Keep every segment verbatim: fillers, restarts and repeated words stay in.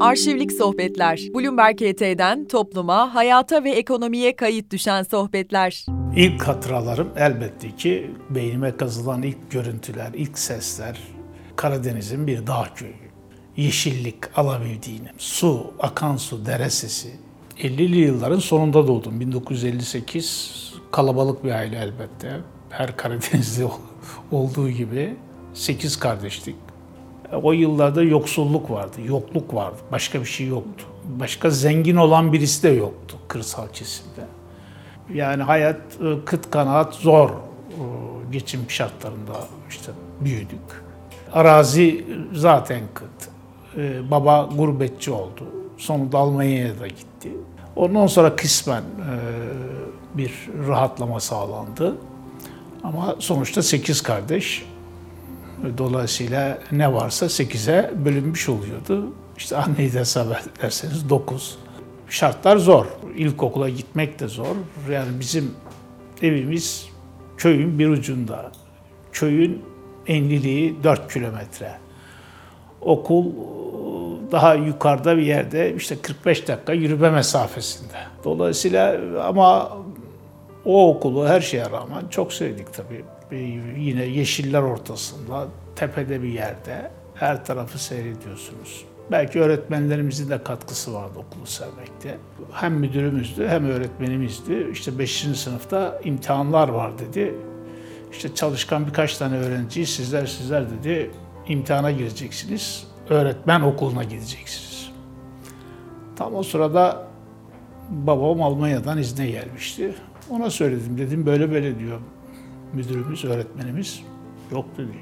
Arşivlik Sohbetler, Bloomberg H T'den topluma, hayata ve ekonomiye kayıt düşen sohbetler. İlk hatıralarım elbette ki beynime kazılan ilk görüntüler, ilk sesler Karadeniz'in bir dağ köyü. Yeşillik alabildiğini, su, akan su, dere sesi. ellili yılların sonunda doğdum. bin dokuz yüz elli sekiz kalabalık bir aile elbette. Her Karadeniz'de olduğu gibi sekiz kardeştik. O yıllarda yoksulluk vardı, yokluk vardı. Başka bir şey yoktu. Başka zengin olan birisi de yoktu kırsal kesimde. Yani hayat kıt kanaat zor geçim şartlarında işte büyüdük. Arazi zaten kıt. Baba gurbetçi oldu. Sonunda Almanya'ya da gitti. Ondan sonra kısmen bir rahatlama sağlandı. Ama sonuçta sekiz kardeş. Dolayısıyla ne varsa sekize bölünmüş oluyordu. İşte anneyi de hesap ederseniz dokuz. Şartlar zor. İlkokula gitmek de zor. Yani bizim evimiz köyün bir ucunda. Köyün enliliği dört kilometre. Okul daha yukarıda bir yerde, işte kırk beş dakika yürüme mesafesinde. Dolayısıyla ama o okulu her şeye rağmen çok sevdik tabii. Yine yeşiller ortasında, tepede bir yerde her tarafı seyrediyorsunuz. Belki öğretmenlerimizin de katkısı vardı okulu sevmekte. Hem müdürümüzdü hem öğretmenimizdi. İşte beşinci sınıfta imtihanlar var dedi. İşte çalışkan birkaç tane öğrenciyi sizler sizler dedi imtihana gireceksiniz. Öğretmen okuluna gideceksiniz. Tam o sırada babam Almanya'dan izne gelmişti. Ona söyledim, dedim böyle böyle diyor müdürümüz, öğretmenimiz. Yok dedi.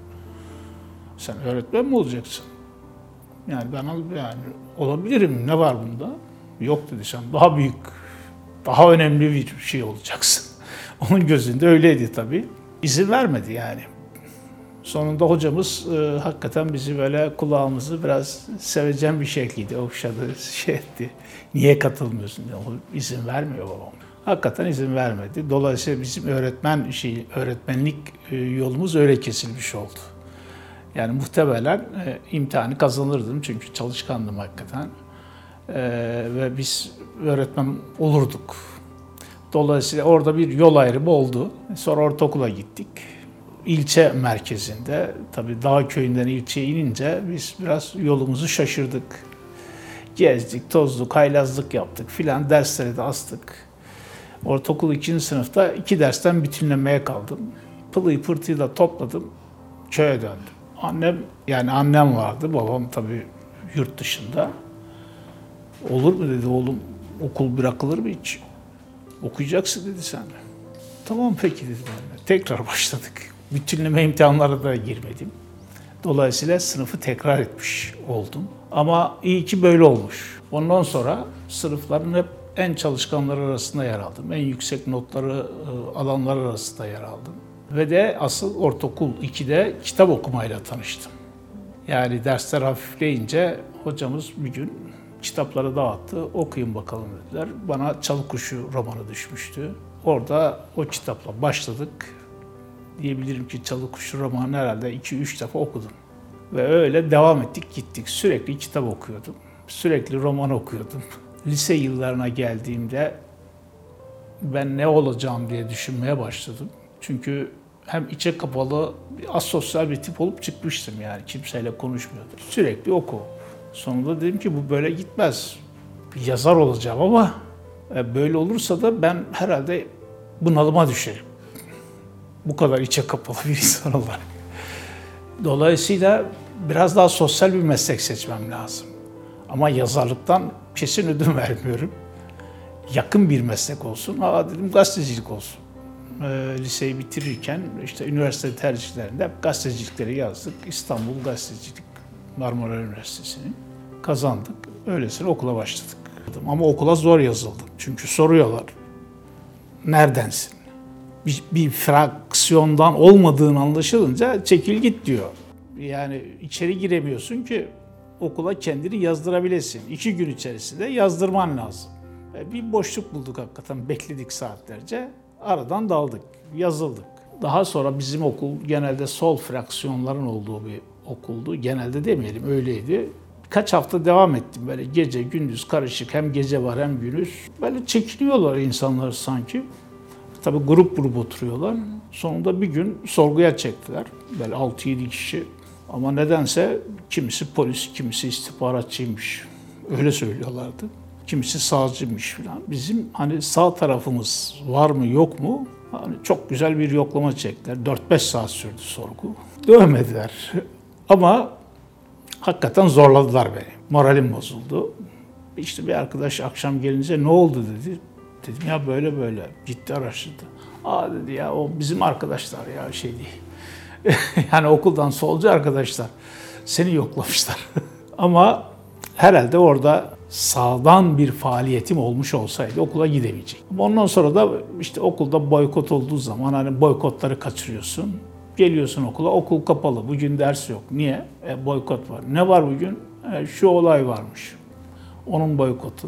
Sen öğretmen mi olacaksın? Yani ben yani olabilirim, ne var bunda? Yok dedi, sen daha büyük, daha önemli bir şey olacaksın. Onun gözünde öyleydi tabii. İzin vermedi yani. Sonunda hocamız e, hakikaten bizi böyle kulağımızı biraz sevecen bir şekilde okşadı, şey etti. Niye katılmıyorsun diye. O izin vermiyor babam. Hakikaten izin vermedi. Dolayısıyla bizim öğretmen şey, öğretmenlik e, yolumuz öyle kesilmiş oldu. Yani muhtemelen e, imtihanı kazanırdım çünkü çalışkandım hakikaten. E, ve biz öğretmen olurduk. Dolayısıyla orada bir yol ayrımı oldu. Sonra ortaokula gittik. İlçe merkezinde, tabii dağ köyünden ilçeye inince biz biraz yolumuzu şaşırdık. Gezdik, tozduk, haylazlık yaptık filan, dersleri de astık. Ortaokul ikinci sınıfta iki dersten bütünlemeye kaldım. Pılıyı pırtıyı da topladım, köye döndüm. Annem, yani annem vardı, babam tabii yurt dışında. Olur mu dedi, oğlum okul bırakılır mı hiç? Okuyacaksın dedi sen de. Tamam peki dedim anne. Tekrar başladık. Bütünleme imtihanlara da girmedim. Dolayısıyla sınıfı tekrar etmiş oldum. Ama iyi ki böyle olmuş. Ondan sonra sınıfların hep en çalışkanları arasında yer aldım. En yüksek notları alanlar arasında yer aldım. Ve de asıl ortaokul ikide kitap okumayla tanıştım. Yani dersler hafifleyince hocamız bir gün kitapları dağıttı. Okuyun bakalım dediler. Bana Çalı Kuşu romanı düşmüştü. Orada o kitapla başladık. Diyebilirim ki Çalı Kuşu romanı herhalde iki üç defa okudum. Ve öyle devam ettik gittik. Sürekli kitap okuyordum. Sürekli roman okuyordum. Lise yıllarına geldiğimde ben ne olacağım diye düşünmeye başladım. Çünkü hem içe kapalı, asosyal bir tip olup çıkmıştım yani. Kimseyle konuşmuyordum. Sürekli oku. Sonunda dedim ki bu böyle gitmez. Bir yazar olacağım ama böyle olursa da ben herhalde bunalıma düşerim. Bu kadar içe kapalı bir insan olarak. Dolayısıyla biraz daha sosyal bir meslek seçmem lazım. Ama yazarlıktan kesin ödün vermiyorum. Yakın bir meslek olsun. Aa dedim gazetecilik olsun. E, liseyi bitirirken işte üniversite tercihlerinde hep gazetecilikleri yazdık. İstanbul Gazetecilik Marmara Üniversitesi'ni kazandık. Öylesine okula başladık. Ama okula zor yazıldım. Çünkü soruyorlar. Neredensin? Bir, bir fraksiyondan olmadığın anlaşılınca çekil git diyor. Yani içeri giremiyorsun ki okula kendini yazdırabilesin. İki gün içerisinde yazdırman lazım. Bir boşluk bulduk hakikaten, bekledik saatlerce. Aradan daldık, yazıldık. Daha sonra bizim okul genelde sol fraksiyonların olduğu bir okuldu. Genelde demeyelim öyleydi. Birkaç hafta devam ettim böyle gece gündüz karışık, hem gece var hem gündüz. Böyle çekiliyorlar insanlar sanki. Tabii grup grup oturuyorlar. Sonunda bir gün sorguya çektiler. Böyle altı yedi kişi. Ama nedense kimisi polis, kimisi istihbaratçıymış. Öyle söylüyorlardı. Kimisi sağcıymış falan. Bizim hani sağ tarafımız var mı yok mu? Hani çok güzel bir yoklama çektiler. dört beş saat sürdü sorgu. Dövmediler. Ama hakikaten zorladılar beni. Moralim bozuldu. İşte bir arkadaş akşam gelince ne oldu dedi. Dedim ya böyle böyle. Gitti araştırdı. Aa dedi ya o bizim arkadaşlar ya şey değil. Yani okuldan solcu arkadaşlar. Seni yoklamışlar. Ama herhalde orada sağdan bir faaliyetim olmuş olsaydı okula gidemeyecek. Ondan sonra da işte okulda boykot olduğu zaman hani boykotları kaçırıyorsun. Geliyorsun okula, okul kapalı. Bugün ders yok. Niye? E, boykot var. Ne var bugün? E, şu olay varmış. Onun boykotu.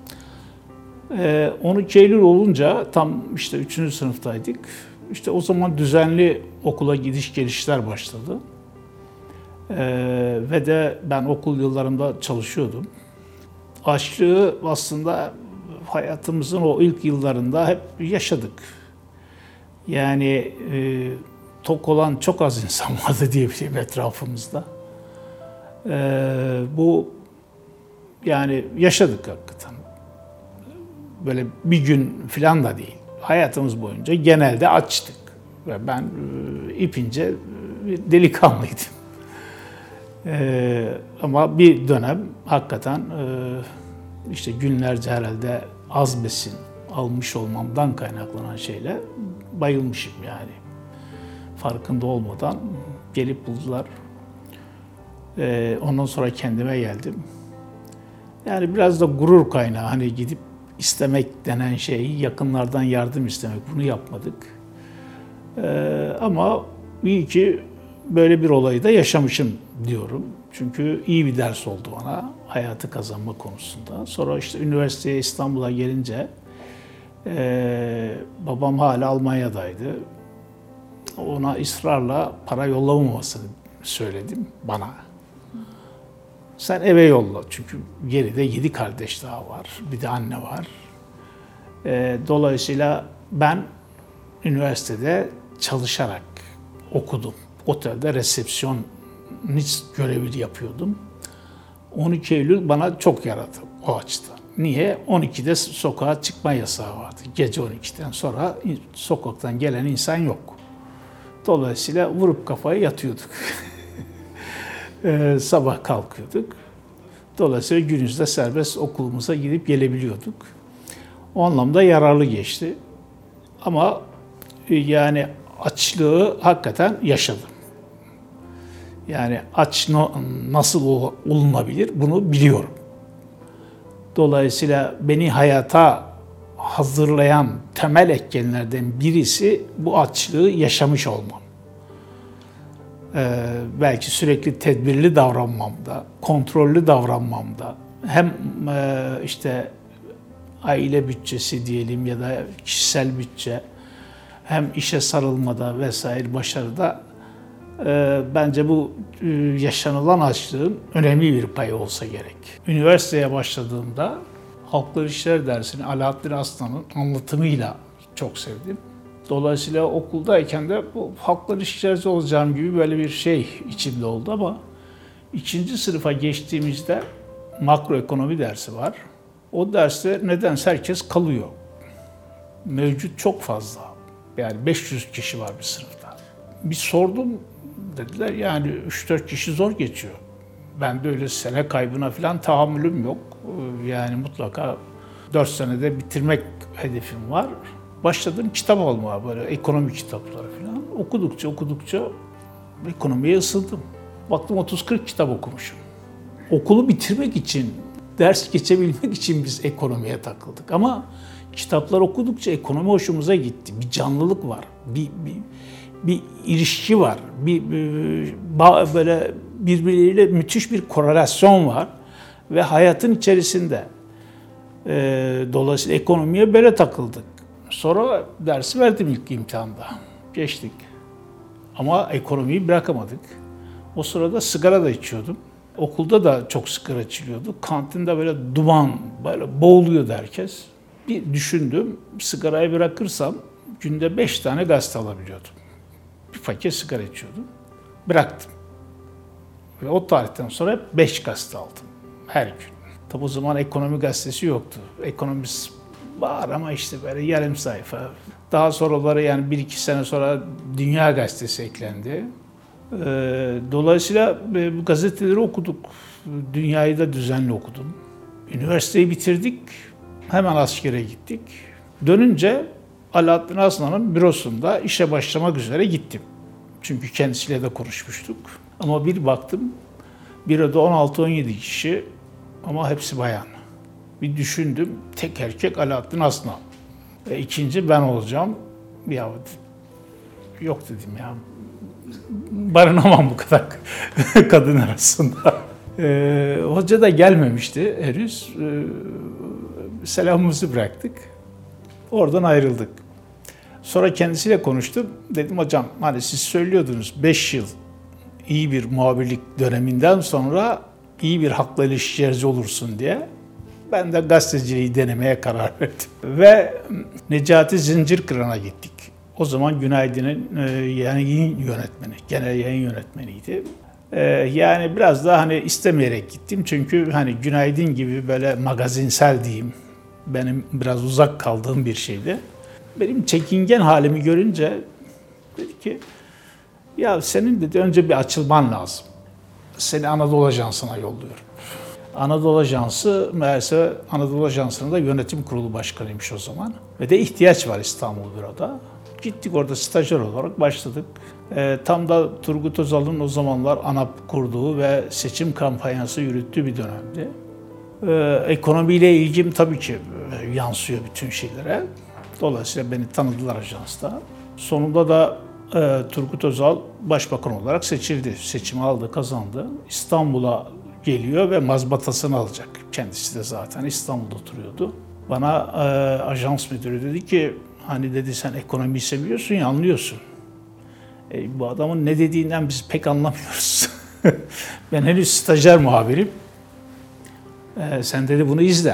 E, on iki Eylül olunca tam işte üçüncü sınıftaydık. İşte o zaman düzenli okula gidiş gelişler başladı. E, ve de ben okul yıllarında çalışıyordum. Açlığı aslında hayatımızın o ilk yıllarında hep yaşadık. Yani e, tok olan çok az insan vardı diyebilirim etrafımızda. Ee, bu yani yaşadık hakikaten. Böyle bir gün falan da değil. Hayatımız boyunca genelde açtık. Ve ben e, ipince bir delikanlıydım. Ee, ama bir dönem hakikaten e, işte günlerce herhalde az besin almış olmamdan kaynaklanan şeyle bayılmışım yani. Farkında olmadan gelip buldular. Ee, ondan sonra kendime geldim. Yani biraz da gurur kaynağı. Hani gidip istemek denen şey, yakınlardan yardım istemek. Bunu yapmadık. Ee, ama iyi ki böyle bir olayı da yaşamışım diyorum. Çünkü iyi bir ders oldu bana hayatı kazanma konusunda. Sonra işte üniversiteye İstanbul'a gelince e, babam hala Almanya'daydı. Ona ısrarla para yollamamasını söyledim bana. Sen eve yolla çünkü geride yedi kardeş daha var. Bir de anne var. E, dolayısıyla ben üniversitede çalışarak okudum. Otelde resepsiyonist görevi yapıyordum. on iki Eylül bana çok yaradı o açıdan. Niye? on ikide sokağa çıkma yasağı vardı. Gece on ikiden sonra sokaktan gelen insan yok. Dolayısıyla vurup kafayı yatıyorduk. ee, sabah kalkıyorduk. Dolayısıyla günümüzde serbest okulumuza gidip gelebiliyorduk. O anlamda yararlı geçti. Ama yani açlığı hakikaten yaşadım. Yani aç nasıl olunabilir bunu biliyorum. Dolayısıyla beni hayata hazırlayan temel etkenlerden birisi bu açlığı yaşamış olmam. Ee, belki sürekli tedbirli davranmamda, kontrollü davranmamda, hem e, işte aile bütçesi diyelim ya da kişisel bütçe, hem işe sarılmada vesaire başarıda e, bence bu e, yaşanılan açlığın önemli bir payı olsa gerek. Üniversiteye başladığımda Halklar İlişkiler dersini Alaaddin Aslan'ın anlatımıyla çok sevdim. Dolayısıyla okuldayken de bu halklar ilişkilerci olacağım gibi böyle bir şey içimde oldu ama ikinci sınıfa geçtiğimizde makroekonomi dersi var. O derste nedense herkes kalıyor. Mevcut çok fazla. Yani beş yüz kişi var bir sınıfta. Bir sordum dediler yani üç dört kişi zor geçiyor. Ben de öyle sene kaybına falan tahammülüm yok. Yani mutlaka dört senede bitirmek hedefim var. Başladım kitap almaya böyle ekonomi kitapları falan. Okudukça okudukça ekonomiye ısındım. Baktım otuz kırk kitap okumuşum. Okulu bitirmek için, ders geçebilmek için biz ekonomiye takıldık. Ama kitaplar okudukça ekonomi hoşumuza gitti. Bir canlılık var, bir bir, bir ilişki var, bir, bir böyle birbirleriyle müthiş bir korelasyon var ve hayatın içerisinde. E, dolayısıyla ekonomiye böyle takıldık. Sonra dersi verdim ilk imtihanda. Geçtik. Ama ekonomiyi bırakamadık. O sırada sigara da içiyordum. Okulda da çok sigara içiliyordu. Kantinde böyle duman, böyle boğuluyordu herkes. Bir düşündüm, sigarayı bırakırsam günde beş tane gazete alabiliyordum. Bir paket sigara içiyordum. Bıraktım. Ve o tarihten sonra hep beş gazete aldım. Her gün. Tabi o zaman ekonomi gazetesi yoktu. Ekonomist var ama işte böyle yarım sayfa. Daha sonraları yani bir iki sene sonra Dünya Gazetesi eklendi. Dolayısıyla bu gazeteleri okuduk. Dünyayı da düzenli okudum. Üniversiteyi bitirdik. Hemen askere gittik. Dönünce Alaaddin Aslan'ın bürosunda işe başlamak üzere gittim. Çünkü kendisiyle de konuşmuştuk. Ama bir baktım, büroda on altı on yedi kişi ama hepsi bayan. Bir düşündüm, tek erkek Alaaddin Aslan. E, ikinci ben olacağım. Ya yok dedim ya, barınamam bu kadar kadın arasında. E, hoca da gelmemişti henüz. E, selamımızı bıraktık. Oradan ayrıldık. Sonra kendisiyle konuştum. Dedim hocam hani siz söylüyordunuz beş yıl iyi bir muhabirlik döneminden sonra iyi bir halkla ilişkici olursun diye. Ben de gazeteciliği denemeye karar verdim. Ve Necati Zincirkıran'a gittik. O zaman Günaydın'ın e, yayın yönetmeni, genel yayın yönetmeniydi. E, yani biraz daha hani istemeyerek gittim. Çünkü hani Günaydın gibi böyle magazinsel diyeyim, benim biraz uzak kaldığım bir şeydi. Benim çekingen halimi görünce dedi ki ya senin dedi önce bir açılman lazım. Seni Anadolu Ajansı'na yolluyorum. Anadolu Ajansı meğerse Anadolu Ajansı'nın da yönetim kurulu başkanıymış o zaman. Ve de ihtiyaç var İstanbul Büro'da. Gittik orada stajyer olarak başladık. E, tam da Turgut Özal'ın o zamanlar ANAP kurduğu ve seçim kampanyası yürüttüğü bir dönemdi. E, ekonomiyle ilgim tabii ki yansıyor bütün şeylere. Dolayısıyla beni tanıdılar ajansta. Sonunda da e, Turgut Özal başbakan olarak seçildi. Seçimi aldı, kazandı. İstanbul'a geliyor ve mazbatasını alacak. Kendisi de zaten İstanbul'da oturuyordu. Bana e, ajans müdürü dedi ki hani dedi sen ekonomiyi seviyorsun ya, anlıyorsun. E, bu adamın ne dediğinden biz pek anlamıyoruz. Ben henüz stajyer muhabirim. E, sen dedi bunu izle.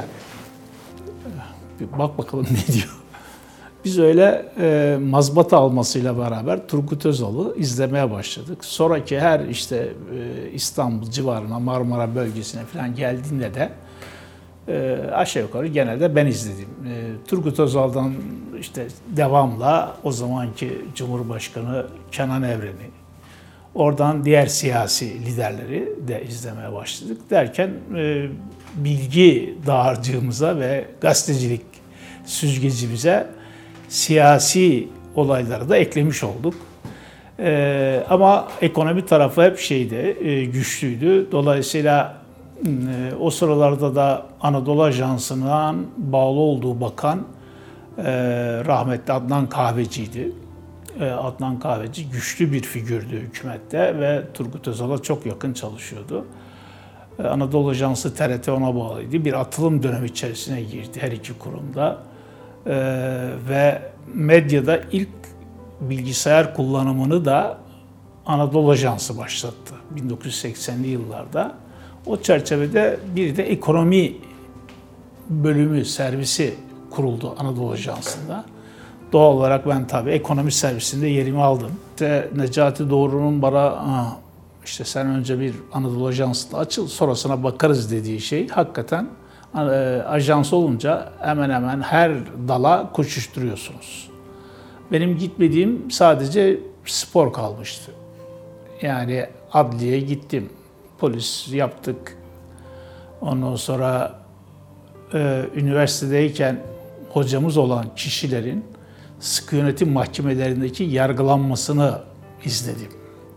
Bir bak bakalım ne diyor. Biz öyle e, mazbata almasıyla beraber Turgut Özal'ı izlemeye başladık. Sonraki her işte e, İstanbul civarına, Marmara bölgesine falan geldiğinde de e, aşağı yukarı genelde ben izledim. E, Turgut Özal'dan işte devamla o zamanki Cumhurbaşkanı Kenan Evren'i, oradan diğer siyasi liderleri de izlemeye başladık. Derken e, bilgi dağarcığımıza ve gazetecilik süzgecimize siyasi olayları da eklemiş olduk. Ee, ama ekonomi tarafı hep şeydi, e, güçlüydü. Dolayısıyla e, o sıralarda da Anadolu Ajansı'nın bağlı olduğu bakan e, rahmetli Adnan Kahveci'ydi. E, Adnan Kahveci güçlü bir figürdü hükümette ve Turgut Özal'a çok yakın çalışıyordu. E, Anadolu Ajansı T R T ona bağlıydı. Bir atılım dönemi içerisine girdi her iki kurumda. Ee, ve medyada ilk bilgisayar kullanımını da Anadolu Ajansı başlattı bin dokuz yüz seksenli yıllarda. O çerçevede bir de ekonomi bölümü, servisi kuruldu Anadolu Ajansı'nda. Doğal olarak ben tabii ekonomi servisinde yerimi aldım. İşte Necati Doğru'nun bana işte sen önce bir Anadolu Ajansı'nda açıl, sonrasına bakarız dediği şey hakikaten ajans olunca hemen hemen her dala koşuşturuyorsunuz. Benim gitmediğim sadece spor kalmıştı. Yani adliyeye gittim, polis yaptık. Ondan sonra e, üniversitedeyken hocamız olan kişilerin sıkı yönetim mahkemelerindeki yargılanmasını izledim.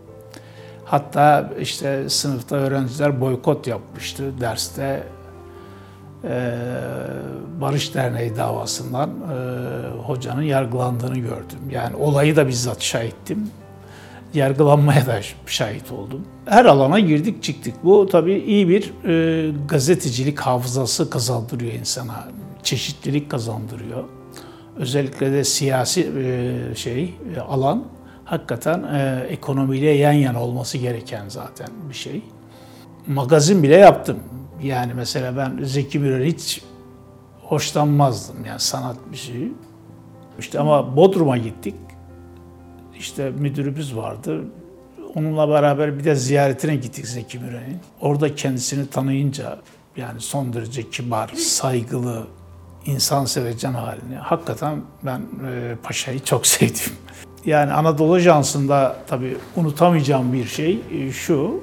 Hatta işte sınıfta öğrenciler boykot yapmıştı derste. Ee, Barış Derneği davasından e, hocanın yargılandığını gördüm. Yani olayı da bizzat şahittim. Yargılanmaya da şahit oldum. Her alana girdik çıktık. Bu tabii iyi bir e, gazetecilik hafızası kazandırıyor insana. Çeşitlilik kazandırıyor. Özellikle de siyasi e, şey e, alan hakikaten e, ekonomiyle yan yana olması gereken zaten bir şey. magazin bile yaptım. Yani mesela ben Zeki Müren hiç hoşlanmazdım. Yani sanat müziği. İşte ama Bodrum'a gittik. İşte müdürümüz vardı. Onunla beraber bir de ziyaretine gittik Zeki Müren'in. Orada kendisini tanıyınca yani son derece kibar, saygılı, insansevercan halini. Hakikaten ben e, Paşa'yı çok sevdim. Yani Anadolu Ajansı'nda tabii unutamayacağım bir şey e, şu.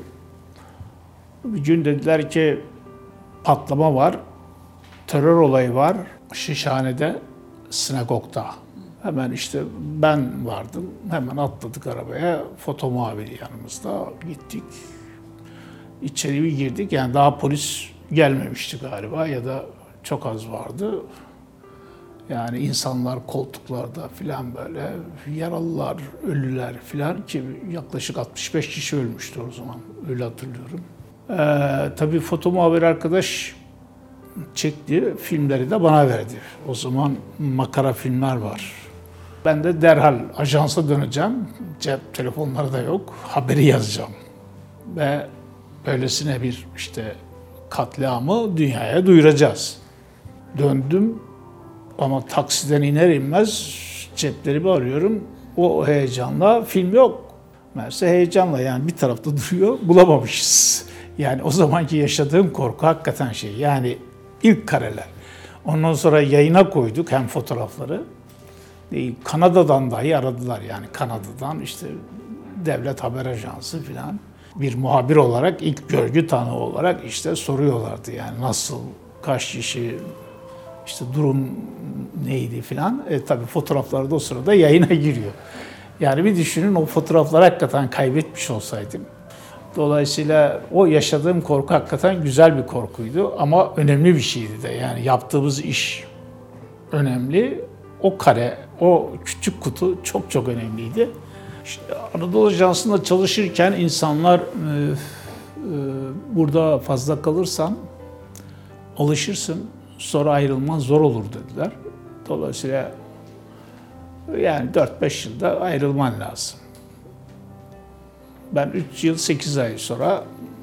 Bir gün dediler ki patlama var, terör olayı var Şişhane'de, sinagogda. Hemen işte ben vardım. Hemen atladık arabaya. Foto muhabiri yanımızda. Gittik. İçeri bir girdik. Yani daha polis gelmemişti galiba ya da çok az vardı. Yani insanlar koltuklarda filan böyle yaralılar, ölüler filan ki yaklaşık altmış beş kişi ölmüştü o zaman. Öyle hatırlıyorum. Ee, tabii foto muhabiri arkadaş çekti. Filmleri de bana verdi. O zaman makara filmler var. Ben de derhal ajansa döneceğim. Cep telefonları da yok. Haberi yazacağım. Ve böylesine bir işte katliamı dünyaya duyuracağız. Döndüm ama taksiden iner inmez ceplerimi arıyorum. O heyecanla film yok. Meğerse heyecanla yani bir tarafta duruyor, bulamamışız. Yani o zamanki yaşadığım korku hakikaten şey. Yani ilk kareler. Ondan sonra yayına koyduk hem fotoğrafları. Kanada'dan dahi aradılar yani Kanada'dan işte devlet haber ajansı filan bir muhabir olarak ilk görgü tanığı olarak işte soruyorlardı yani nasıl, kaç kişi, işte durum neydi filan. E tabii fotoğraflar da o sırada yayına giriyor. Yani bir düşünün o fotoğrafları hakikaten kaybetmiş olsaydım. Dolayısıyla o yaşadığım korku hakikaten güzel bir korkuydu ama önemli bir şeydi de yani yaptığımız iş önemli. O kare, o küçük kutu çok çok önemliydi. İşte Anadolu Ajansı'nda çalışırken insanlar e, e, burada fazla kalırsan alışırsın, sonra ayrılman zor olur dediler. Dolayısıyla yani dört beş yılda ayrılman lazım. Ben üç yıl sekiz ay sonra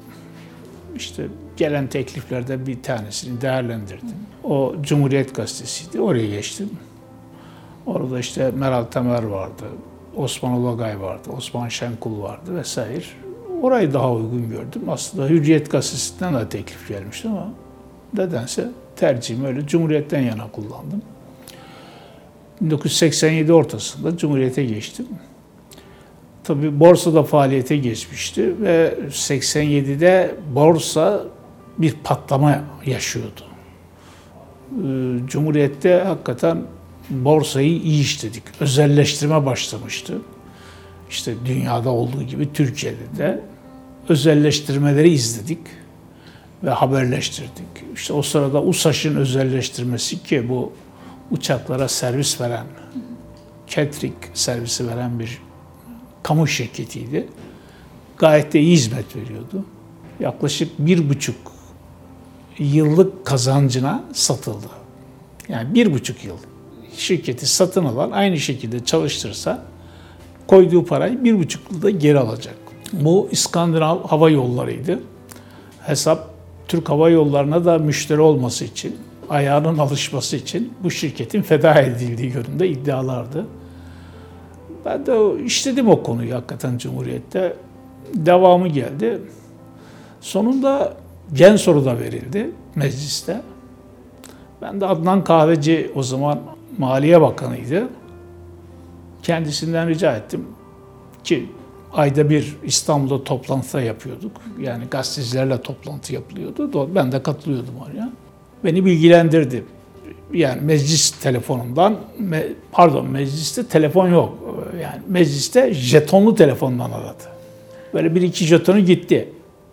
işte gelen tekliflerden bir tanesini değerlendirdim. O Cumhuriyet Gazetesi'ydi, oraya geçtim. Orada işte Meral Temer vardı, Osman Ulagay vardı, Osman Şenkul vardı vesaire. Orayı daha uygun gördüm. Aslında Hürriyet Gazetesi'nden de teklif gelmişti ama nedense tercihimi öyle Cumhuriyet'ten yana kullandım. bin dokuz yüz seksen yedi ortasında Cumhuriyet'e geçtim. Tabii borsada faaliyete geçmişti ve seksen yedide borsa bir patlama yaşıyordu. Cumhuriyet'te hakikaten borsayı iyi işledik. Özelleştirme başlamıştı. İşte dünyada olduğu gibi Türkiye'de de özelleştirmeleri izledik ve haberleştirdik. İşte o sırada USAŞ'ın özelleştirmesi ki bu uçaklara servis veren, catering servisi veren bir kamu şirketiydi. Gayet de iyi hizmet veriyordu. Yaklaşık bir buçuk yıllık kazancına satıldı. Yani bir buçuk yıl şirketi satın alan aynı şekilde çalıştırsa koyduğu parayı bir buçuk yılda geri alacak. Bu İskandinav Hava Yolları'ydı. Hesap Türk Hava Yolları'na da müşteri olması için, ayağının alışması için bu şirketin feda edildiği yönünde iddialardı. Ben de işledim o konuyu hakikaten Cumhuriyet'te. Devamı geldi. Sonunda gen soru da verildi mecliste. Ben de Adnan Kahveci o zaman Maliye Bakanı'ydı. Kendisinden rica ettim ki ayda bir İstanbul'da toplantı yapıyorduk. Yani gazetecilerle toplantı yapılıyordu. Ben de katılıyordum oraya. Beni bilgilendirdi. Yani meclis telefonundan, pardon mecliste telefon yok. Yani mecliste jetonlu telefondan aradı. Böyle bir iki jetonu gitti.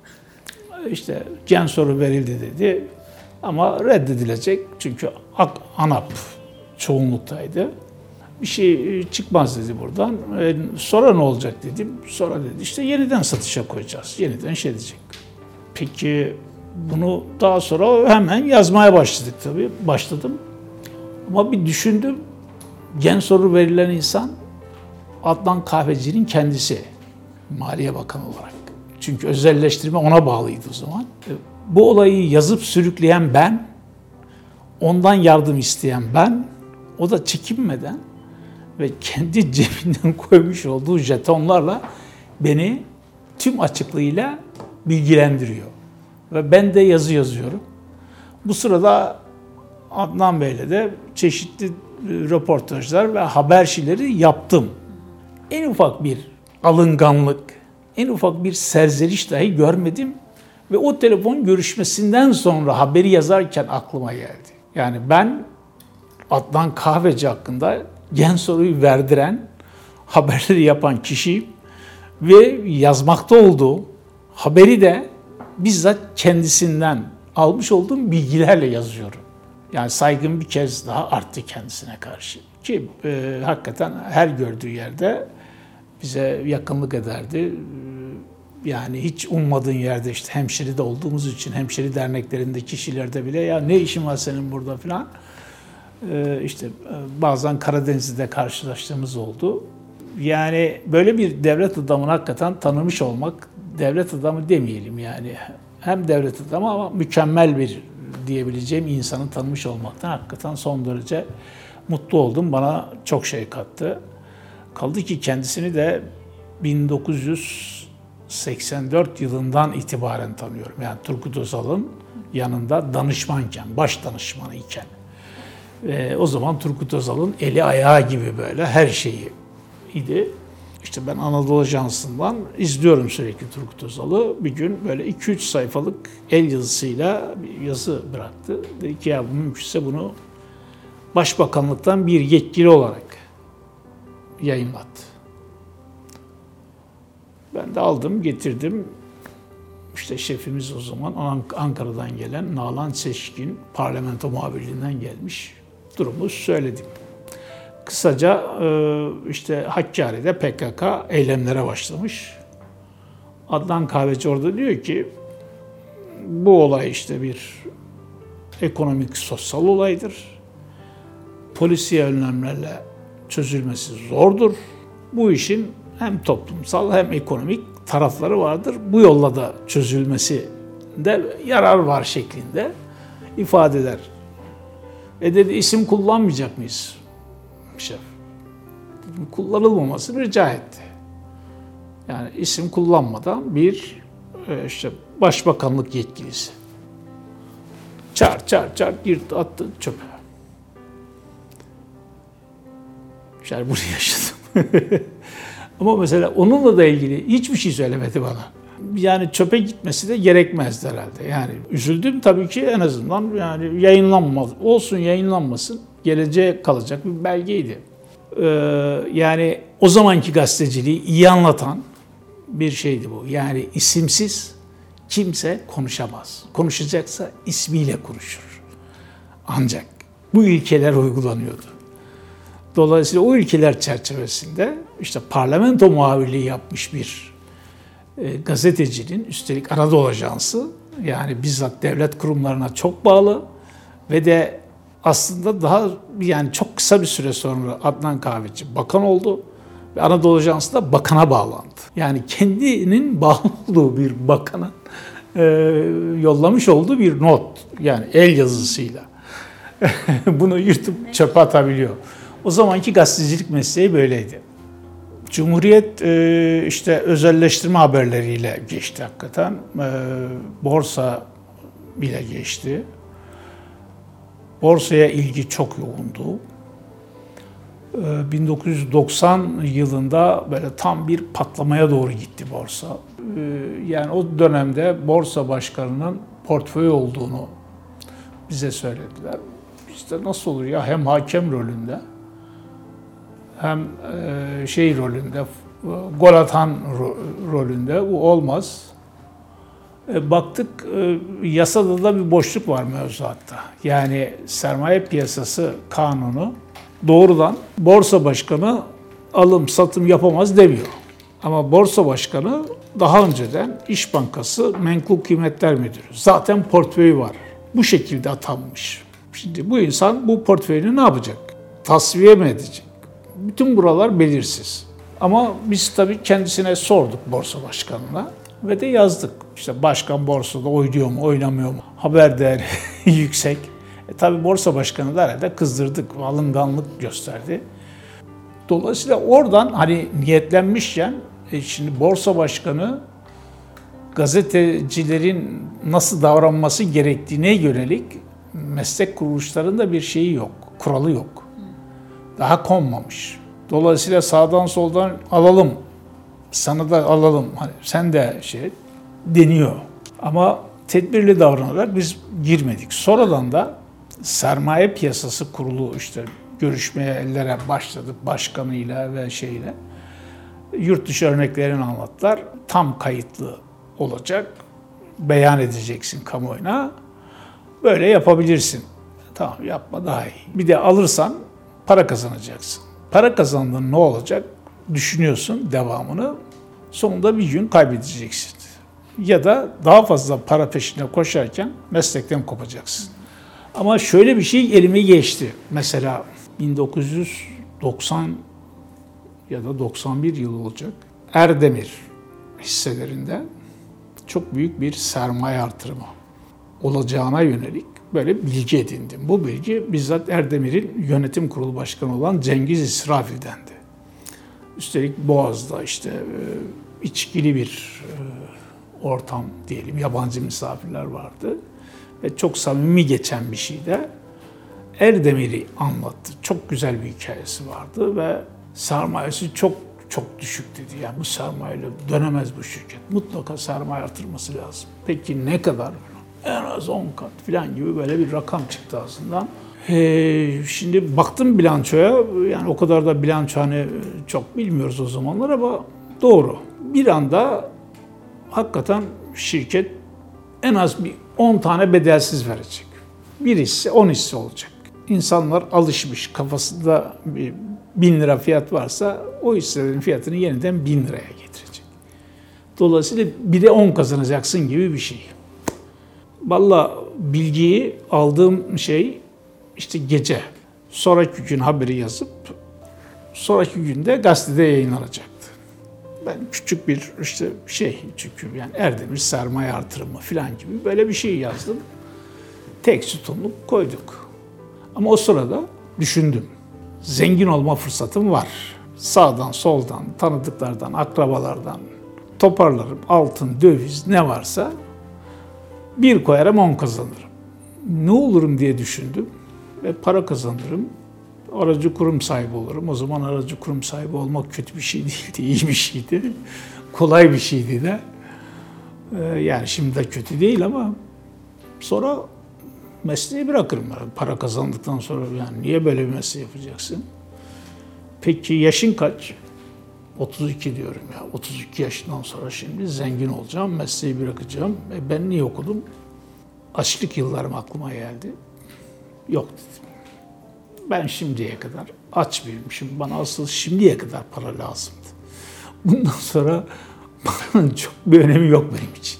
İşte gen soru verildi dedi. Ama reddedilecek çünkü ANAP çoğunluktaydı. Bir şey çıkmaz dedi buradan. E, sonra ne olacak dedim. Sonra dedi işte yeniden satışa koyacağız. Yeniden şey edecek. Peki bunu daha sonra hemen yazmaya başladık tabii. Başladım. Ama bir düşündüm. Gen soru verilen insan Adnan Kahveci'nin kendisi. Maliye Bakanı olarak. Çünkü özelleştirme ona bağlıydı o zaman. Bu olayı yazıp sürükleyen ben, ondan yardım isteyen ben, o da çekinmeden ve kendi cebinden koymuş olduğu jetonlarla beni tüm açıklığıyla bilgilendiriyor. Ve ben de yazı yazıyorum. Bu sırada Adnan Bey'le de çeşitli röportajlar ve habercileri yaptım. En ufak bir alınganlık, en ufak bir serzeniş dahi görmedim. Ve o telefon görüşmesinden sonra haberi yazarken aklıma geldi. Yani ben Adnan Kahveci hakkında gen soruyu verdiren, haberleri yapan kişiyim. Ve yazmakta olduğu haberi de bizzat kendisinden almış olduğum bilgilerle yazıyorum. Yani saygım bir kez daha arttı kendisine karşı. Ki e, hakikaten her gördüğü yerde bize yakınlık ederdi. Yani hiç ummadığın yerde işte hemşeride olduğumuz için hemşeri derneklerinde kişilerde bile ya ne işin var senin burada falan. Ee, işte bazen Karadeniz'de karşılaştığımız oldu. Yani böyle bir devlet adamını hakikaten tanımış olmak, devlet adamı demeyelim yani. Hem devlet adamı ama mükemmel bir diyebileceğim insanı tanımış olmaktan hakikaten son derece mutlu oldum. Bana çok şey kattı. Kaldı ki kendisini de bin dokuz yüz seksen dört yılından itibaren tanıyorum. Yani Turgut Özal'ın yanında danışmanken, baş danışmanı iken. Ve o zaman Turgut Özal'ın eli ayağı gibi böyle her şeyi idi. İşte ben Anadolu Ajansı'ndan izliyorum sürekli Turgut Özal'ı. Bir gün böyle iki üç sayfalık el yazısıyla bir yazı bıraktı. Dedi ki ya mümkünse bunu Başbakanlıktan bir yetkili olarak yayınlat. Ben de aldım, getirdim. İşte şefimiz o zaman Ankara'dan gelen Nalan Seçkin, parlamento muhabirliğinden gelmiş. Durumu söyledim. Kısaca işte Hakkari'de P K K eylemlere başlamış. Adnan Kahveci orada diyor ki bu olay işte bir ekonomik sosyal olaydır. Polisiye önlemlerle çözülmesi zordur. Bu işin hem toplumsal hem ekonomik tarafları vardır. Bu yolla da çözülmesinde yarar var şeklinde ifadeler. E dedi isim kullanmayacak mıyız? Şef. Kullanılmamasını rica etti. Yani isim kullanmadan bir işte başbakanlık yetkilisi. Çar çar çar girdi attı çöpe. Yani bunu yaşadım. Ama mesela onunla da ilgili hiçbir şey söylemedi bana. Yani çöpe gitmesi de gerekmezdi herhalde. Yani üzüldüm tabii ki en azından yani yayınlanmaz. Olsun yayınlanmasın. Geleceğe kalacak bir belgeydi. Ee, yani o zamanki gazeteciliği iyi anlatan bir şeydi bu. Yani isimsiz kimse konuşamaz. Konuşacaksa ismiyle konuşur. Ancak bu ilkeler uygulanıyordu. Dolayısıyla o ilkeler çerçevesinde işte parlamento muhabirliği yapmış bir e, gazetecinin, üstelik Anadolu Ajansı, yani bizzat devlet kurumlarına çok bağlı ve de aslında daha yani çok kısa bir süre sonra Adnan Kahveci bakan oldu ve Anadolu Ajansı da bakana bağlandı. Yani kendinin bağlı olduğu bir bakanın e, yollamış olduğu bir not, yani el yazısıyla bunu yırtıp çöpe atabiliyor. O zamanki gazetecilik mesleği böyleydi. Cumhuriyet işte özelleştirme haberleriyle geçti hakikaten. Borsa bile geçti. Borsaya ilgi çok yoğundu. bin dokuz yüz doksan yılında böyle tam bir patlamaya doğru gitti borsa. Yani o dönemde borsa başkanının portföyü olduğunu bize söylediler. İşte nasıl olur ya, hem hakem rolünde hem şey rolünde, gol atan rolünde, bu olmaz. Baktık yasada da bir boşluk var mevzuatta. Yani sermaye piyasası kanunu doğrudan borsa başkanı alım satım yapamaz demiyor. Ama borsa başkanı daha önceden İş Bankası Menkul Kıymetler Müdürü. Zaten portföyü var. Bu şekilde atanmış. Şimdi bu insan bu portföyünü ne yapacak? Tasfiye mi edecek? Bütün buralar belirsiz. Ama biz tabii kendisine sorduk borsa başkanına. Ve de yazdık. İşte başkan borsada oynuyor mu, oynamıyor mu? Haber değeri yüksek. E tabi borsa başkanı da herhalde kızdırdık, alınganlık gösterdi. Dolayısıyla oradan hani niyetlenmişken e şimdi borsa başkanı gazetecilerin nasıl davranması gerektiğine yönelik meslek kuruluşlarında bir şeyi yok, kuralı yok. Daha konmamış. Dolayısıyla sağdan soldan alalım, sana da alalım, hani sen de şey deniyor. Ama tedbirli davranarak biz girmedik. Sonradan da sermaye piyasası kurulu işte görüşmeye ellere başladık başkanıyla ve şeyle. Yurt dışı örneklerini anlattılar. Tam kayıtlı olacak. Beyan edeceksin kamuoyuna. Böyle yapabilirsin. Tamam, yapma daha iyi. Bir de alırsan para kazanacaksın. Para kazandığın ne olacak? Düşünüyorsun devamını. Sonunda bir gün kaybedeceksin. Ya da daha fazla para peşine koşarken meslekten kopacaksın. Ama şöyle bir şey elime geçti. Mesela bin dokuz yüz doksan ya da doksan bir yılı olacak. Erdemir hisselerinde çok büyük bir sermaye artırımı olacağına yönelik böyle bilgi edindim. Bu bilgi bizzat Erdemir'in yönetim kurulu başkanı olan Cengiz İsrafil'dendi. Üstelik Boğaz'da işte içkili bir ortam diyelim, yabancı misafirler vardı. Ve çok samimi geçen bir şey de Erdemir'i anlattı. Çok güzel bir hikayesi vardı ve sermayesi çok çok düşük dedi. Yani bu sermayeyle dönemez bu şirket. Mutlaka sermaye artırması lazım. Peki ne kadar? En az on kat falan gibi böyle bir rakam çıktı ağzından. Ee, şimdi baktım bilançoya, yani o kadar da bilanço hani çok bilmiyoruz o zamanlar ama doğru. Bir anda hakikaten şirket en az bir on tane bedelsiz verecek. Bir hisse, on hisse olacak. İnsanlar alışmış, kafasında bir bin lira fiyat varsa o hisselerin fiyatını yeniden bin liraya getirecek. Dolayısıyla bir de on kazanacaksın gibi bir şey. Vallahi bilgiyi aldığım şey işte gece. Sonraki gün haberi yazıp sonraki günde gazetede yayınlanacaktı. Ben küçük bir işte şey çünkü yani Erdemir sermaye artırımı falan gibi böyle bir şey yazdım. Tek sütunluk koyduk. Ama o sırada düşündüm. Zengin olma fırsatım var. Sağdan, soldan, tanıdıklardan, akrabalardan toparlarım. Altın, döviz ne varsa bir koyarım, on kazanırım. Ne olurum diye düşündüm ve para kazanırım. Aracı kurum sahibi olurum. O zaman aracı kurum sahibi olmak kötü bir şey değildi, iyi bir şeydi. Kolay bir şeydi de. Yani şimdi de kötü değil ama sonra mesleği bırakırım. Para kazandıktan sonra yani niye böyle bir mesleği yapacaksın? Peki yaşın kaç? otuz iki diyorum ya. otuz iki yaşından sonra şimdi zengin olacağım, mesleği bırakacağım. E ben niye okudum? Açlık yıllarım aklıma geldi. Yok dedim. Ben şimdiye kadar aç büyümüşüm. Bana asıl şimdiye kadar para lazımdı. Bundan sonra paranın çok bir önemi yok benim için.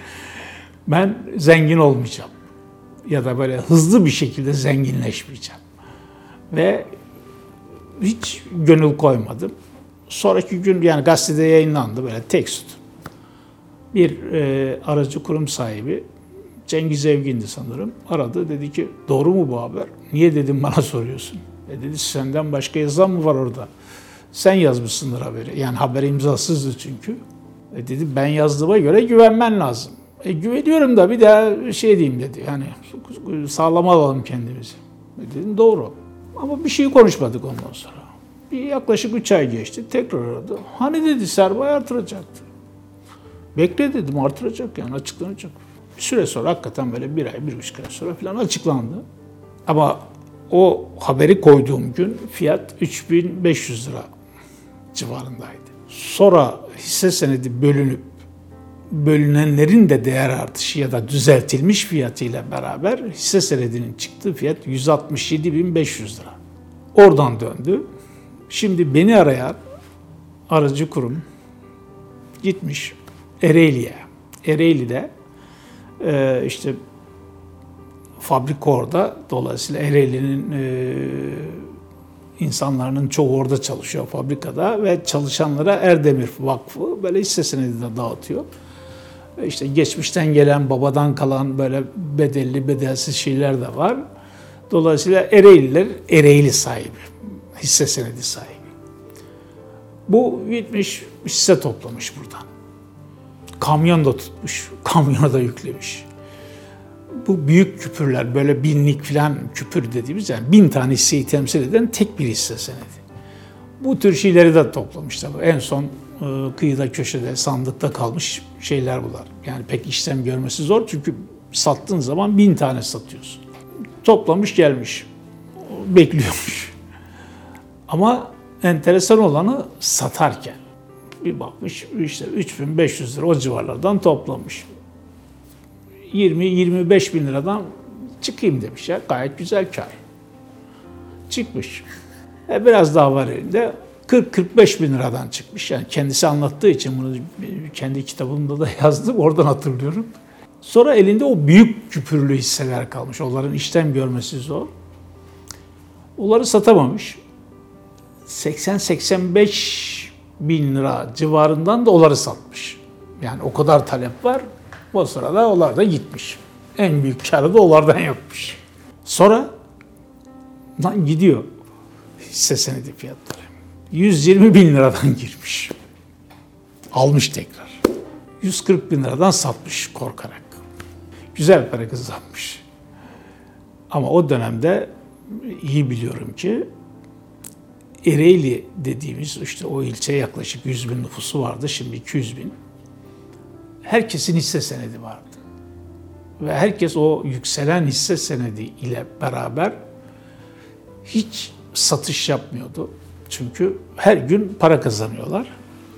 Ben zengin olmayacağım. Ya da böyle hızlı bir şekilde zenginleşmeyeceğim. Ve hiç gönül koymadım. Sonraki gün yani gazetede yayınlandı böyle tek sütun. Bir e, aracı kurum sahibi Cengiz Evgin'di sanırım. Aradı, dedi ki doğru mu bu haber? Niye dedim bana soruyorsun? E dedi senden başka yazan mı var orada? Sen yazmışsındır haberi. Yani haber imzasızdı çünkü. E dedi ben yazdığıma göre güvenmen lazım. E güveniyorum da bir daha şey diyeyim dedi. Yani sağlama alalım kendimizi. E dedim doğru. Ama bir şey konuşmadık ondan sonra. Bir yaklaşık üç ay geçti. Tekrar aradı. Hani dedi sermaye artıracaktı. Bekle dedim artıracak yani açıklanacak. Bir süre sonra hakikaten böyle bir ay, bir buçuk ay sonra falan açıklandı. Ama o haberi koyduğum gün fiyat üç bin beş yüz lira civarındaydı. Sonra hisse senedi bölünüp bölünenlerin de değer artışı ya da düzeltilmiş fiyatıyla beraber hisse senedinin çıktığı fiyat yüz altmış yedi bin beş yüz lira. Oradan döndü. Şimdi beni arayan aracı kurum gitmiş Ereğli'ye. Ereğli'de e, işte fabrika orada. Dolayısıyla Ereğli'nin e, insanların çoğu orada çalışıyor fabrikada ve çalışanlara Erdemir Vakfı böyle hisse senedi de dağıtıyor. İşte geçmişten gelen, babadan kalan böyle bedelli, bedelsiz şeyler de var. Dolayısıyla Ereğliler, Ereğli sahibi, hisse senedi sahibi. Bu gitmiş, hisse toplamış buradan. Kamyon da tutmuş, kamyona da yüklemiş. Bu büyük küpürler, böyle binlik falan küpür dediğimiz, yani bin tane hisseyi temsil eden tek bir hisse senedi. Bu tür şeyleri de toplamışlar. En son e, kıyıda, köşede, sandıkta kalmış şeyler bunlar. Yani pek işlem görmesi zor, çünkü sattığın zaman bin tane satıyorsun. Toplamış gelmiş, bekliyormuş. Ama enteresan olanı satarken bir bakmış, işte üç bin beş yüz lira o civarlardan toplamış. yirmi yirmi beş bin liradan çıkayım demiş ya, gayet güzel kar. Çıkmış. E biraz daha var elinde, kırk kırk beş bin liradan çıkmış. Yani kendisi anlattığı için bunu kendi kitabımda da yazdım, oradan hatırlıyorum. Sonra elinde o büyük küpürlü hisseler kalmış. Onların işlem görmesi zor. Onları satamamış. seksen seksen beş bin lira civarından da onları satmış. Yani o kadar talep var. O sırada onlar da gitmiş. En büyük karı da onlardan yapmış. Sonra lan gidiyor hisse senedi fiyatları. yüz yirmi bin liradan girmiş. Almış tekrar. yüz kırk bin liradan satmış korkarak. Güzel para kazanmış. Ama o dönemde iyi biliyorum ki Ereğli dediğimiz işte o ilçe yaklaşık yüz bin nüfusu vardı. Şimdi iki yüz bin. Herkesin hisse senedi vardı. Ve herkes o yükselen hisse senedi ile beraber hiç satış yapmıyordu. Çünkü her gün para kazanıyorlar.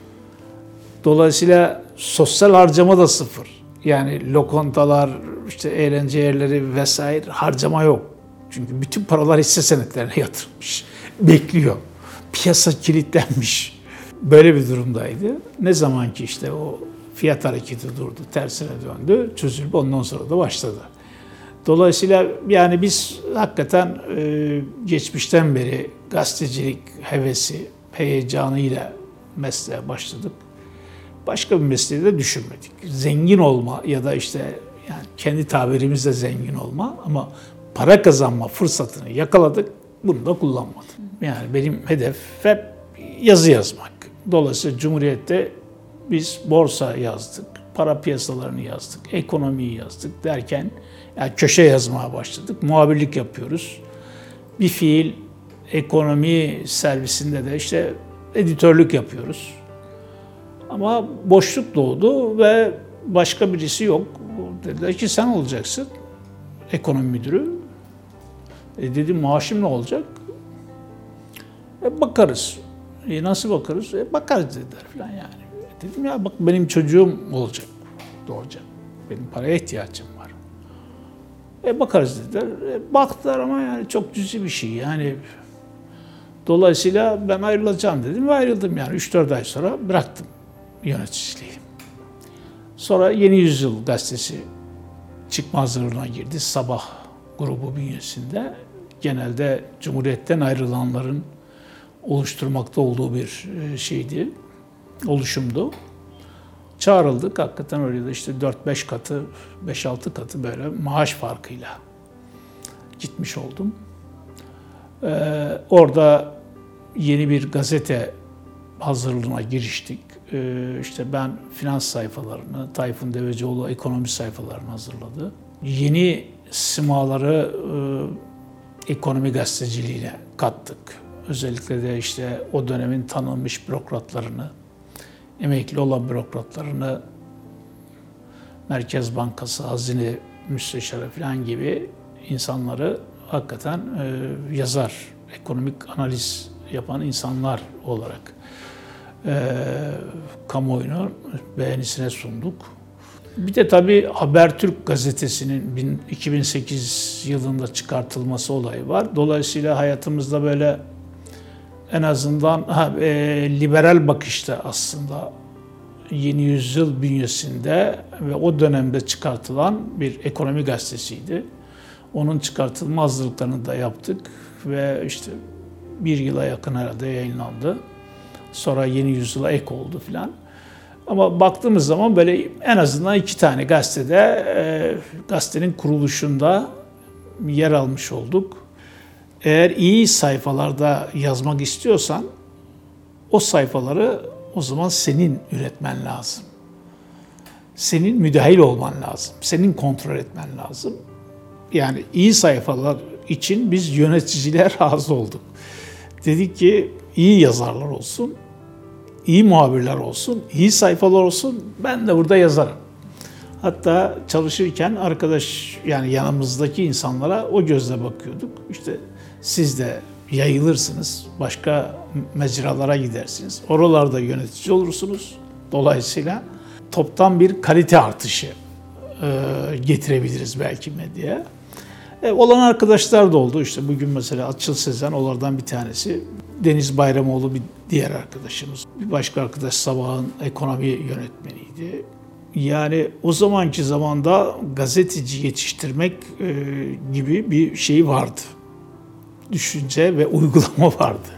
Dolayısıyla sosyal harcama da sıfır. Yani lokantalar, işte eğlence yerleri vesaire harcama yok. Çünkü bütün paralar hisse senetlerine yatırılmış. Bekliyor. Piyasa kilitlenmiş. Böyle bir durumdaydı. Ne zaman ki işte o fiyat hareketi durdu, tersine döndü, çözülüp ondan sonra da başladı. Dolayısıyla yani biz hakikaten e, geçmişten beri gazetecilik hevesi, heyecanıyla mesleğe başladık. Başka bir mesleği de düşünmedik. Zengin olma ya da işte yani kendi tabirimizle zengin olma, ama para kazanma fırsatını yakaladık, bunu da kullanmadım. Yani benim hedef hep yazı yazmak. Dolayısıyla Cumhuriyet'te biz borsa yazdık, para piyasalarını yazdık, ekonomiyi yazdık derken yani köşe yazmaya başladık. Muhabirlik yapıyoruz. Bir fiil ekonomi servisinde de işte editörlük yapıyoruz. Ama boşluk doğdu ve başka birisi yok. Dediler ki sen olacaksın ekonomi müdürü. E dedim maaşım ne olacak? E bakarız. E nasıl bakarız? E bakarız dediler falan yani. E dedim ya bak benim çocuğum olacak, doğacak. Benim paraya ihtiyacım var. E bakarız dediler. E baktılar ama yani çok cüzi bir şey yani. Dolayısıyla ben ayrılacağım dedim ve ayrıldım yani. üç dört ay sonra bıraktım yöneticiliği. Sonra Yeni Yüzyıl gazetesi çıkma hazırlığına girdi. Sabah grubu bünyesinde. Genelde Cumhuriyet'ten ayrılanların oluşturmakta olduğu bir şeydi, oluşumdu. Çağrıldık. Hakikaten öyle de işte dört beş katı, beş altı katı böyle maaş farkıyla gitmiş oldum. Ee, orada yeni bir gazete hazırlığına giriştik. Ee, işte ben finans sayfalarını, Tayfun Devecioğlu ekonomi sayfalarını hazırladı. Yeni simaları e, ekonomi gazeteciliğine kattık. Özellikle de işte o dönemin tanınmış bürokratlarını, emekli olan bürokratlarını, Merkez Bankası, Hazine Müsteşarı falan gibi insanları hakikaten e, yazar, ekonomik analiz yapan insanlar olarak e, kamuoyunu beğenisine sunduk. Bir de tabii Habertürk gazetesinin iki bin sekiz yılında çıkartılması olayı var. Dolayısıyla hayatımızda böyle en azından ha, e, liberal bakışta aslında Yeni Yüzyıl bünyesinde ve o dönemde çıkartılan bir ekonomi gazetesiydi. Onun çıkartılma hazırlıklarını da yaptık ve işte bir yıla yakın herhalde yayınlandı. Sonra Yeni Yüzyıl'a ek oldu filan. Ama baktığımız zaman böyle en azından iki tane gazetede, e, gazetenin kuruluşunda yer almış olduk. Eğer iyi sayfalarda yazmak istiyorsan o sayfaları o zaman senin üretmen lazım. Senin müdahil olman lazım. Senin kontrol etmen lazım. Yani iyi sayfalar için biz yöneticiler razı olduk. Dedik ki iyi yazarlar olsun, iyi muhabirler olsun, iyi sayfalar olsun, ben de burada yazarım. Hatta çalışırken arkadaş, yani yanımızdaki insanlara o gözle bakıyorduk. İşte siz de yayılırsınız, başka mecralara gidersiniz. Oralarda yönetici olursunuz. Dolayısıyla toptan bir kalite artışı e, getirebiliriz belki medyaya. E, olan arkadaşlar da oldu. İşte bugün mesela Açıl Sezen onlardan bir tanesi. Deniz Bayramoğlu bir diğer arkadaşımız. Bir başka arkadaş Sabah'ın ekonomi yönetmeniydi. Yani o zamanki zamanda gazeteci yetiştirmek e, gibi bir şey vardı. Düşünce ve uygulama vardı.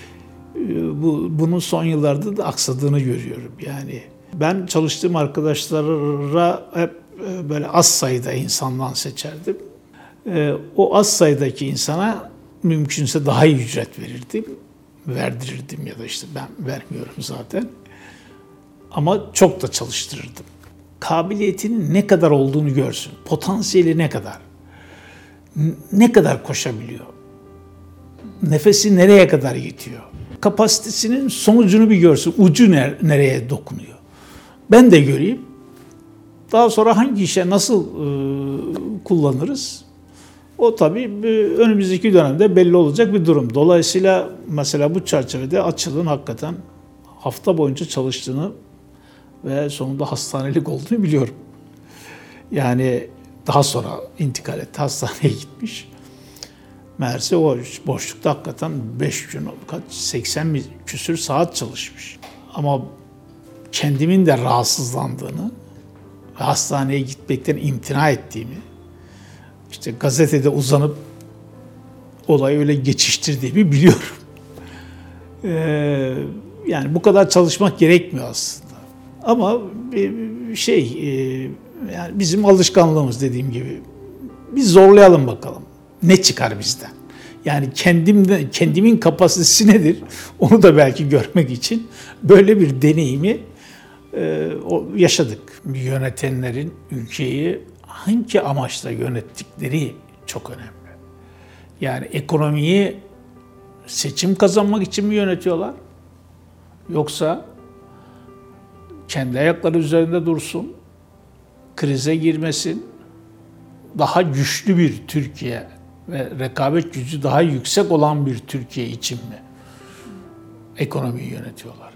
E, bu, bunun son yıllarda da aksadığını görüyorum. Yani ben çalıştığım arkadaşlara hep e, böyle az sayıda insandan seçerdim. E, o az sayıdaki insana mümkünse daha iyi ücret verirdim. Verdirirdim ya da işte ben vermiyorum zaten. Ama çok da çalıştırırdım. Kabiliyetinin ne kadar olduğunu görsün. Potansiyeli ne kadar. Ne kadar koşabiliyor. Nefesi nereye kadar yetiyor. Kapasitesinin sonucunu bir görsün. Ucu nereye dokunuyor. Ben de göreyim. Daha sonra hangi işe nasıl e, kullanırız? O tabii önümüzdeki dönemde belli olacak bir durum. Dolayısıyla mesela bu çerçevede Açıl'ın hakikaten hafta boyunca çalıştığını ve sonunda hastanelik olduğunu biliyorum. Yani daha sonra intikal etti, hastaneye gitmiş. Meğerse o boşlukta hakikaten beş gün, kaç, seksen küsür saat çalışmış. Ama kendimin de rahatsızlandığını ve hastaneye gitmekten imtina ettiğimi, İşte gazetede uzanıp olayı öyle geçiştirdiğimi biliyorum. Ee, yani bu kadar çalışmak gerekmiyor aslında. Ama bir şey, e, yani bizim alışkanlığımız dediğim gibi. Biz zorlayalım bakalım. Ne çıkar bizden? Yani kendimde, kendimin kapasitesi nedir? Onu da belki görmek için böyle bir deneyimi e, yaşadık. Yönetenlerin ülkeyi hangi amaçla yönettikleri çok önemli. Yani ekonomiyi seçim kazanmak için mi yönetiyorlar? Yoksa kendi ayakları üzerinde dursun, krize girmesin, daha güçlü bir Türkiye ve rekabet gücü daha yüksek olan bir Türkiye için mi ekonomiyi yönetiyorlar?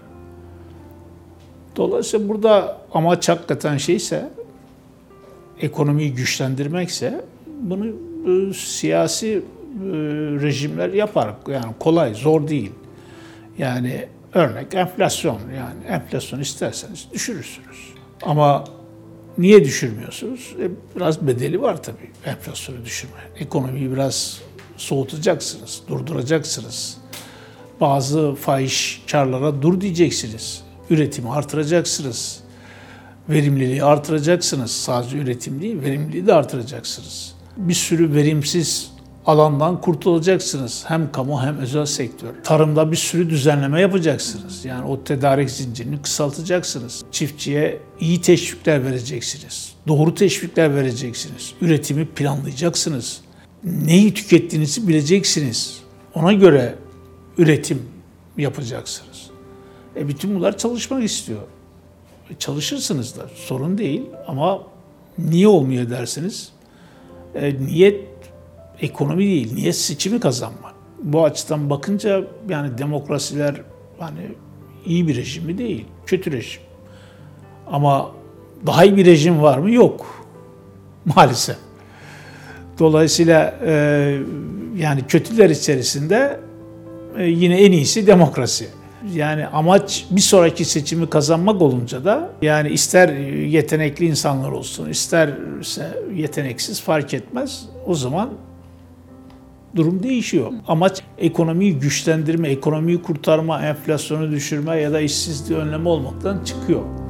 Dolayısıyla burada amaç hakikaten şeyse, ekonomiyi güçlendirmekse bunu e, siyasi e, rejimler yapar. Yani kolay, zor değil. Yani örnek enflasyon. Yani enflasyon isterseniz düşürürsünüz. Ama niye düşürmüyorsunuz? E, biraz bedeli var tabii enflasyonu düşürme. Ekonomiyi biraz soğutacaksınız, durduracaksınız. Bazı fahiş karlara dur diyeceksiniz. Üretimi artıracaksınız. Verimliliği artıracaksınız. Sadece üretim değil, verimliliği de artıracaksınız. Bir sürü verimsiz alandan kurtulacaksınız. Hem kamu hem özel sektör. Tarımda bir sürü düzenleme yapacaksınız. Yani o tedarik zincirini kısaltacaksınız. Çiftçiye iyi teşvikler vereceksiniz. Doğru teşvikler vereceksiniz. Üretimi planlayacaksınız. Neyi tükettiğinizi bileceksiniz. Ona göre üretim yapacaksınız. E bütün bunlar çalışmak istiyor. Çalışırsınız da sorun değil ama niye olmuyor dersiniz? E, niyet ekonomi değil, niyet seçimi kazanmak. Bu açıdan bakınca yani demokrasiler hani iyi bir rejim mi değil, kötü rejim. Ama daha iyi bir rejim var mı? Yok. Maalesef. Dolayısıyla e, yani kötüler içerisinde e, yine en iyisi demokrasi. Yani amaç bir sonraki seçimi kazanmak olunca da yani ister yetenekli insanlar olsun, isterse yeteneksiz fark etmez. O zaman durum değişiyor. Amaç ekonomiyi güçlendirme, ekonomiyi kurtarma, enflasyonu düşürme ya da işsizliği önleme olmaktan çıkıyor.